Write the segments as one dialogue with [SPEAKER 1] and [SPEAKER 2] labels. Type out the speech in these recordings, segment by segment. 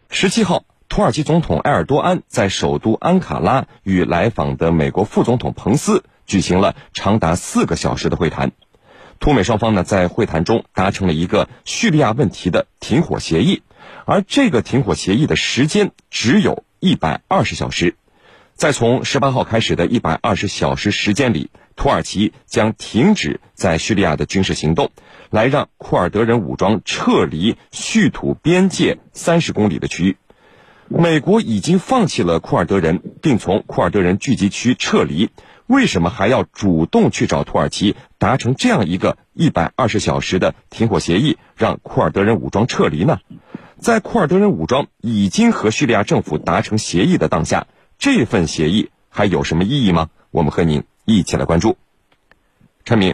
[SPEAKER 1] 17号，土耳其总统埃尔多安在首都安卡拉与来访的美国副总统彭斯举行了长达4个小时的会谈。土美双方呢，在会谈中达成了一个叙利亚问题的停火协议，而这个停火协议的时间只有120小时。在从18号开始的120小时时间里，土耳其将停止在叙利亚的军事行动，来让库尔德人武装撤离叙土边界30公里的区域。美国已经放弃了库尔德人，并从库尔德人聚集区撤离，为什么还要主动去找土耳其达成这样一个120小时的停火协议，让库尔德人武装撤离呢？在库尔德人武装已经和叙利亚政府达成协议的当下，这份协议还有什么意义吗？我们和您一起来关注。陈明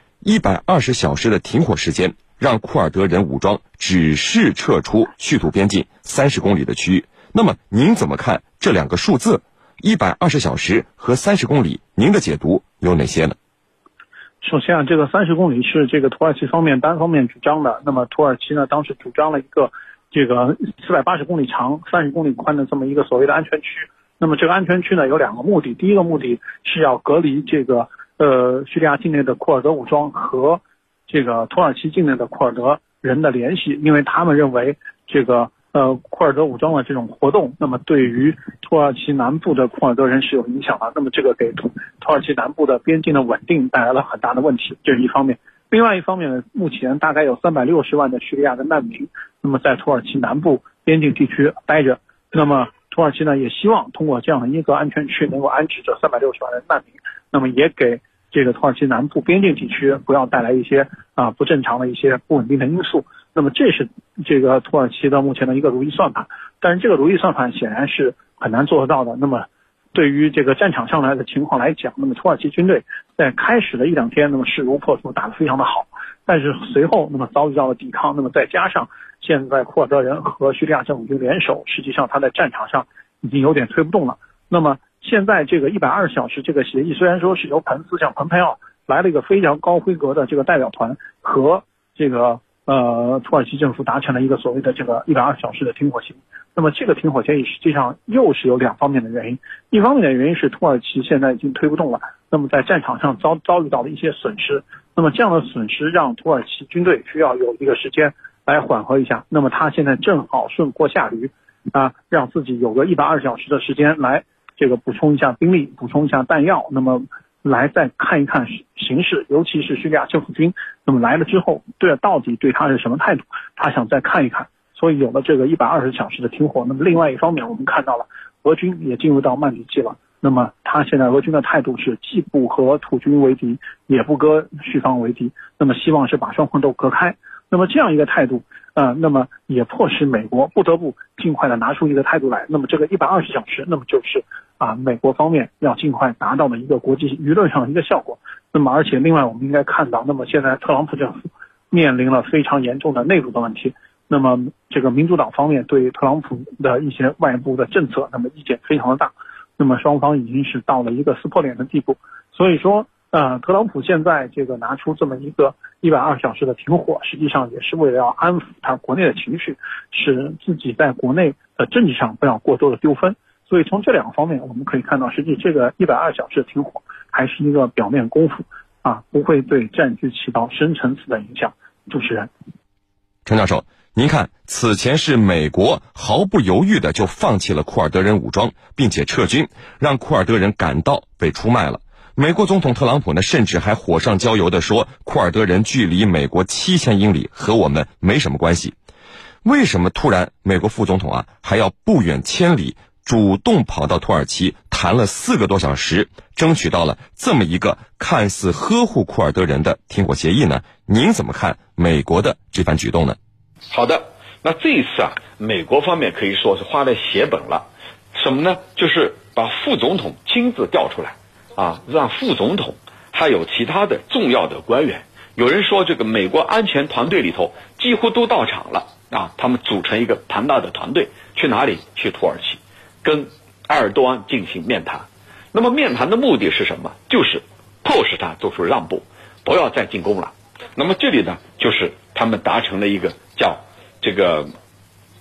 [SPEAKER 1] ，120小时的停火时间让库尔德人武装只是撤出叙土边境30公里的区域，那么您怎么看这两个数字？120小时和30公里，您的解读有哪些呢？
[SPEAKER 2] 首先这个30公里是这个土耳其方面单方面主张的。那么土耳其呢，当时主张了一个这个480公里长、30公里宽的这么一个所谓的安全区。那么这个安全区呢，有2个目的。第一个目的是要隔离这个叙利亚境内的库尔德武装和这个土耳其境内的库尔德人的联系，因为他们认为这个库尔德武装的这种活动，那么对于土耳其南部的库尔德人是有影响的，那么这个给土耳其南部的边境的稳定带来了很大的问题，这是一方面。另外一方面呢，目前大概有360万的叙利亚的难民，那么在土耳其南部边境地区待着，那么土耳其呢也希望通过这样的一个安全区能够安置这360万的难民，那么也给这个土耳其南部边境地区不要带来一些不正常的一些不稳定的因素。那么这是这个土耳其的目前的一个如意算盘，但是这个如意算盘显然是很难做得到的。那么对于这个战场上来的情况来讲，那么土耳其军队在开始的1-2天那么势如破竹，打得非常的好，但是随后那么遭遇到了抵抗，那么再加上现在库尔德人和叙利亚政府军联手，实际上他在战场上已经有点推不动了。那么现在这个120小时这个协议，虽然说是由像蓬佩奥来了一个非常高规格的这个代表团和这个土耳其政府达成了一个所谓的这个120小时的停火协议。那么这个停火协议实际上又是有2方面的原因，一方面的原因是土耳其现在已经推不动了，那么在战场上遭遇到了一些损失，那么这样的损失让土耳其军队需要有一个时间来缓和一下，那么他现在正好顺坡下驴让自己有个120小时的时间来这个补充一下兵力，补充一下弹药，那么来再看一看形势，尤其是叙利亚政府军那么来了之后到底对他是什么态度，他想再看一看，所以有了这个120小时的停火。那么另外一方面我们看到了俄军也进入到曼底季了，那么他现在俄军的态度是既不和土军为敌，也不跟叙方为敌，那么希望是把双方都隔开。那么这样一个态度那么也迫使美国不得不尽快的拿出一个态度来。那么这个120小时，那么就是美国方面要尽快达到的一个国际舆论上的一个效果。那么而且另外我们应该看到，那么现在特朗普政府面临了非常严重的内部的问题，那么这个民主党方面对特朗普的一些外部的政策那么意见非常的大，那么双方已经是到了一个撕破脸的地步。所以说特朗普现在这个拿出这么一个120小时的停火，实际上也是为了要安抚他国内的情绪，使自己在国内的政治上不要过多的丢分。所以从这2个方面我们可以看到，实际这个120小时的停火还是一个表面功夫不会对战局起到深层次的影响。主持人
[SPEAKER 1] 陈教授，您看，此前是美国毫不犹豫的就放弃了库尔德人武装，并且撤军，让库尔德人感到被出卖了。美国总统特朗普呢，甚至还火上浇油的说，库尔德人距离美国7000英里，和我们没什么关系。为什么突然美国副总统还要不远千里主动跑到土耳其谈了4个多小时，争取到了这么一个看似呵护库尔德人的停火协议呢？您怎么看美国的这番举动呢？
[SPEAKER 3] 好的，那这一次美国方面可以说是花了血本了。什么呢？就是把副总统亲自调出来让副总统还有其他的重要的官员，有人说这个美国安全团队里头几乎都到场了他们组成一个庞大的团队，去哪里？去土耳其跟埃尔多安进行面谈。那么面谈的目的是什么？就是迫使他做出让步，不要再进攻了。那么这里呢，就是他们达成了一个叫这个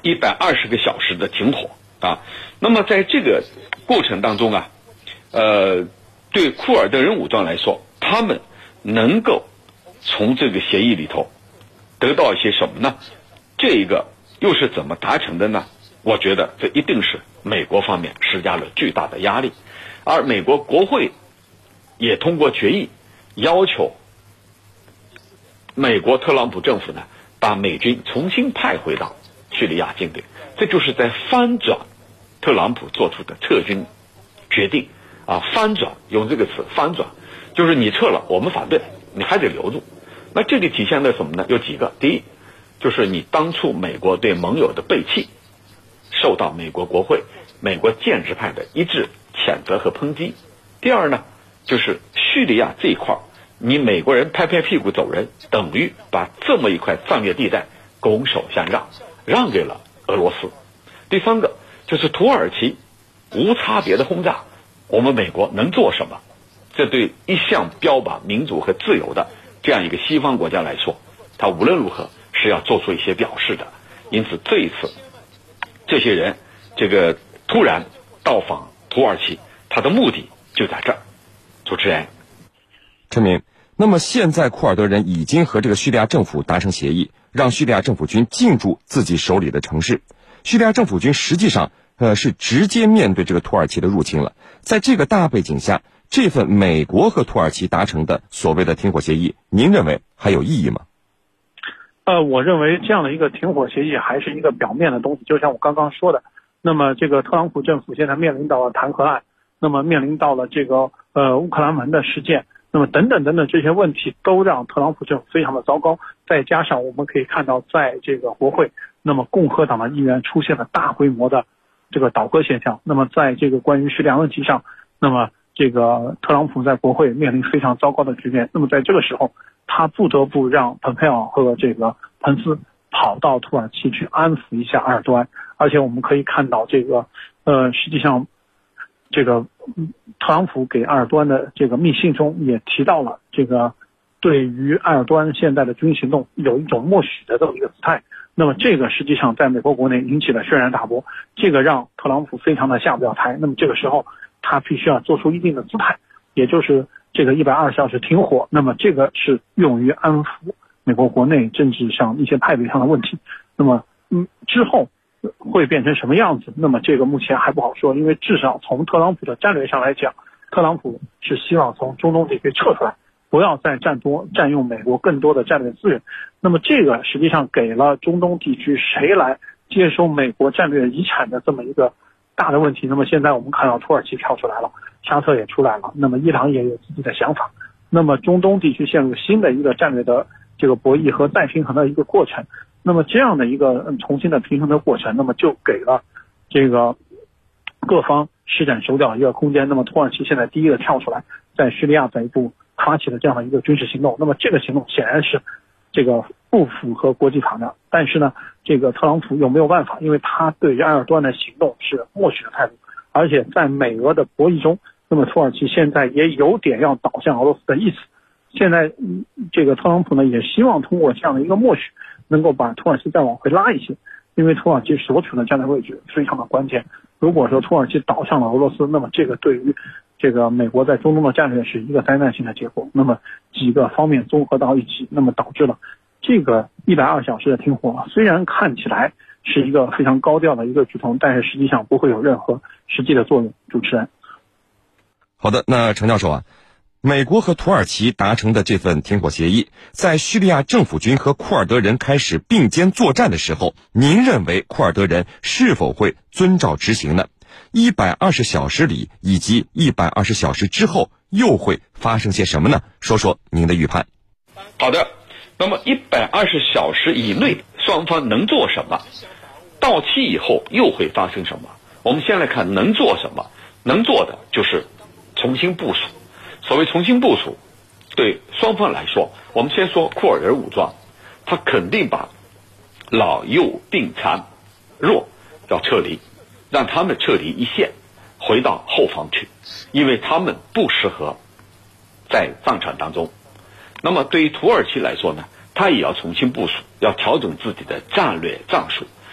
[SPEAKER 3] 120个小时的停火啊。那么在这个过程当中啊，对库尔德人武装来说，他们能够从这个协议里头得到一些什么呢？这一个又是怎么达成的呢？我觉得这一定是美国方面施加了巨大的压力，而美国国会也通过决议要求美国特朗普政府呢把美军重新派回到叙利亚境内，这就是在翻转特朗普做出的撤军决定啊。翻转，用这个词翻转，就是你撤了我们反对，你还得留住。那这里体现了什么呢？有几个，第一就是你当初美国对盟友的背弃受到美国国会、美国建制派的一致谴责和抨击。第二呢，就是叙利亚这一块，你美国人拍拍屁股走人，等于把这么一块战略地带拱手相让，让给了俄罗斯。第三个就是土耳其无差别的轰炸，我们美国能做什么？这对一向标榜民主和自由的这样一个西方国家来说，他无论如何是要做出一些表示的。因此这一次这些人这个突然到访土耳其，他的目的就在这儿。主持人
[SPEAKER 1] 陈明，那么现在库尔德人已经和这个叙利亚政府达成协议，让叙利亚政府军进驻自己手里的城市。叙利亚政府军实际上是直接面对这个土耳其的入侵了。在这个大背景下，这份美国和土耳其达成的所谓的停火协议，您认为还有意义吗？
[SPEAKER 2] 我认为这样的一个停火协议还是一个表面的东西，就像我刚刚说的。那么这个特朗普政府现在面临到了弹劾案，那么面临到了这个乌克兰门的事件，那么等等等等这些问题都让特朗普政府非常的糟糕。再加上我们可以看到，在这个国会，那么共和党的议员出现了大规模的这个倒戈现象。那么在这个关于叙利亚问题上，那么这个特朗普在国会面临非常糟糕的局面。那么在这个时候，他不得不让蓬佩奥和这个彭斯跑到土耳其去安抚一下埃尔多安。而且我们可以看到，这个实际上这个特朗普给埃尔多安的这个密信中也提到了，这个对于埃尔多安现在的军事行动有一种默许的这么一个姿态。那么这个实际上在美国国内引起了轩然大波，这个让特朗普非常的下不了台。那么这个时候他必须要做出一定的姿态，也就是这个120小时停火。那么这个是用于安抚美国国内政治上一些派别上的问题。那么之后会变成什么样子，那么这个目前还不好说。因为至少从特朗普的战略上来讲，特朗普是希望从中东地区撤出来，不要再占用美国更多的战略资源。那么这个实际上给了中东地区谁来接收美国战略遗产的这么一个大的问题。那么现在我们看到土耳其跳出来了，沙特也出来了，那么伊朗也有自己的想法。那么中东地区陷入新的一个战略的这个博弈和再平衡的一个过程。那么这样的一个重新的平衡的过程，那么就给了这个各方施展手脚一个空间。那么土耳其现在第一个跳出来，在叙利亚北部发起了这样的一个军事行动。那么这个行动显然是这个不符合国际法的，但是呢，这个特朗普又没有办法，因为他对于埃尔多安的行动是默许的态度，而且在美俄的博弈中，那么土耳其现在也有点要倒向俄罗斯的意思。现在这个特朗普呢也希望通过这样的一个默许，能够把土耳其再往回拉一些，因为土耳其所处的战略位置非常的关键。如果说土耳其倒向了俄罗斯，那么这个对于这个美国在中东的战略是一个灾难性的结果。那么几个方面综合到一起，那么导致了这个120小时的停火，虽然看起来是一个非常高调的一个举动，但是实际上不会有任何实际的作用。主持人，
[SPEAKER 1] 好的，那程教授啊，美国和土耳其达成的这份停火协议，在叙利亚政府军和库尔德人开始并肩作战的时候，您认为库尔德人是否会遵照执行呢？120小时里以及120小时之后又会发生些什么呢？说说您的预判。
[SPEAKER 3] 好的，那么120小时以内双方能做什么？到期以后又会发生什么？我们先来看能做什么。能做的就是重新部署。所谓重新部署，对双方来说，我们先说库尔德武装，他肯定把老幼病残弱要撤离，让他们撤离一线，回到后方去，因为他们不适合在战场当中。那么对于土耳其来说呢，他也要重新部署，要调整自己的战略战术，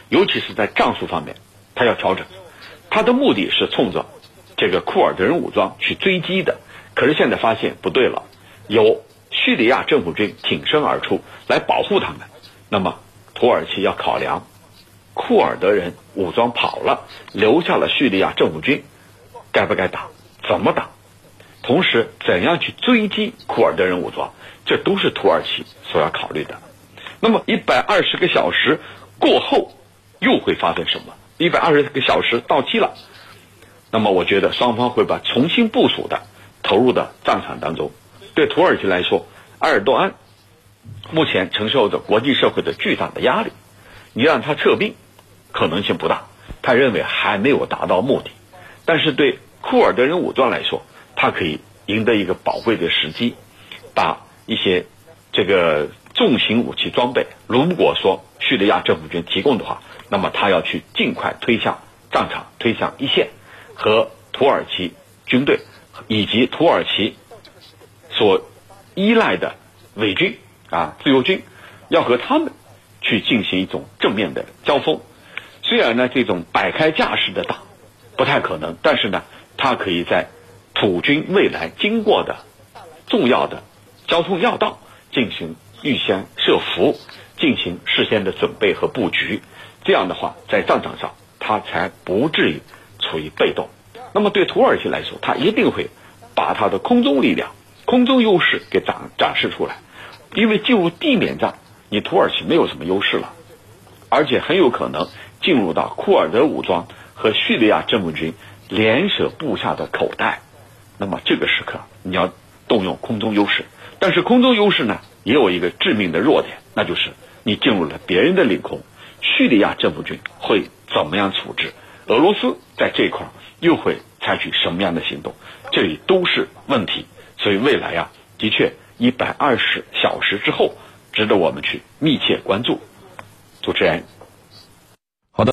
[SPEAKER 3] 尤其是在战术方面，他要调整。他的目的是冲着这个库尔德人武装去追击的，可是现在发现不对了，有叙利亚政府军挺身而出来保护他们，那么土耳其要考量库尔德人武装跑了，留下了叙利亚政府军，该不该打，怎么打，同时怎样去追击库尔德人武装，这都是土耳其所要考虑的。那么120个小时过后又会发生什么？120个小时到期了，那么我觉得双方会把重新部署的投入到战场当中。对土耳其来说，埃尔多安目前承受着国际社会的巨大的压力，你让他撤兵可能性不大，他认为还没有达到目的。但是对库尔德人武装来说，他可以赢得一个宝贵的时机，把一些这个重型武器装备，如果说叙利亚政府军提供的话，那么他要去尽快推向战场，推向一线，和土耳其军队以及土耳其所依赖的伪军自由军，要和他们去进行一种正面的交锋。虽然呢这种摆开架势的打不太可能，但是呢他可以在土军未来经过的重要的交通要道进行预先设伏，进行事先的准备和布局，这样的话在战场上他才不至于处于被动。那么对土耳其来说，他一定会把他的空中力量、空中优势给展示出来，因为进入地面战你土耳其没有什么优势了，而且很有可能进入到库尔德武装和叙利亚政府军联手布下的口袋。那么这个时刻你要动用空中优势，但是空中优势呢也有一个致命的弱点，那就是你进入了别人的领空，叙利亚政府军会怎么样处置，俄罗斯在这一块又会采取什么样的行动，这里都是问题。所以未来的确120小时之后值得我们去密切关注。主持人。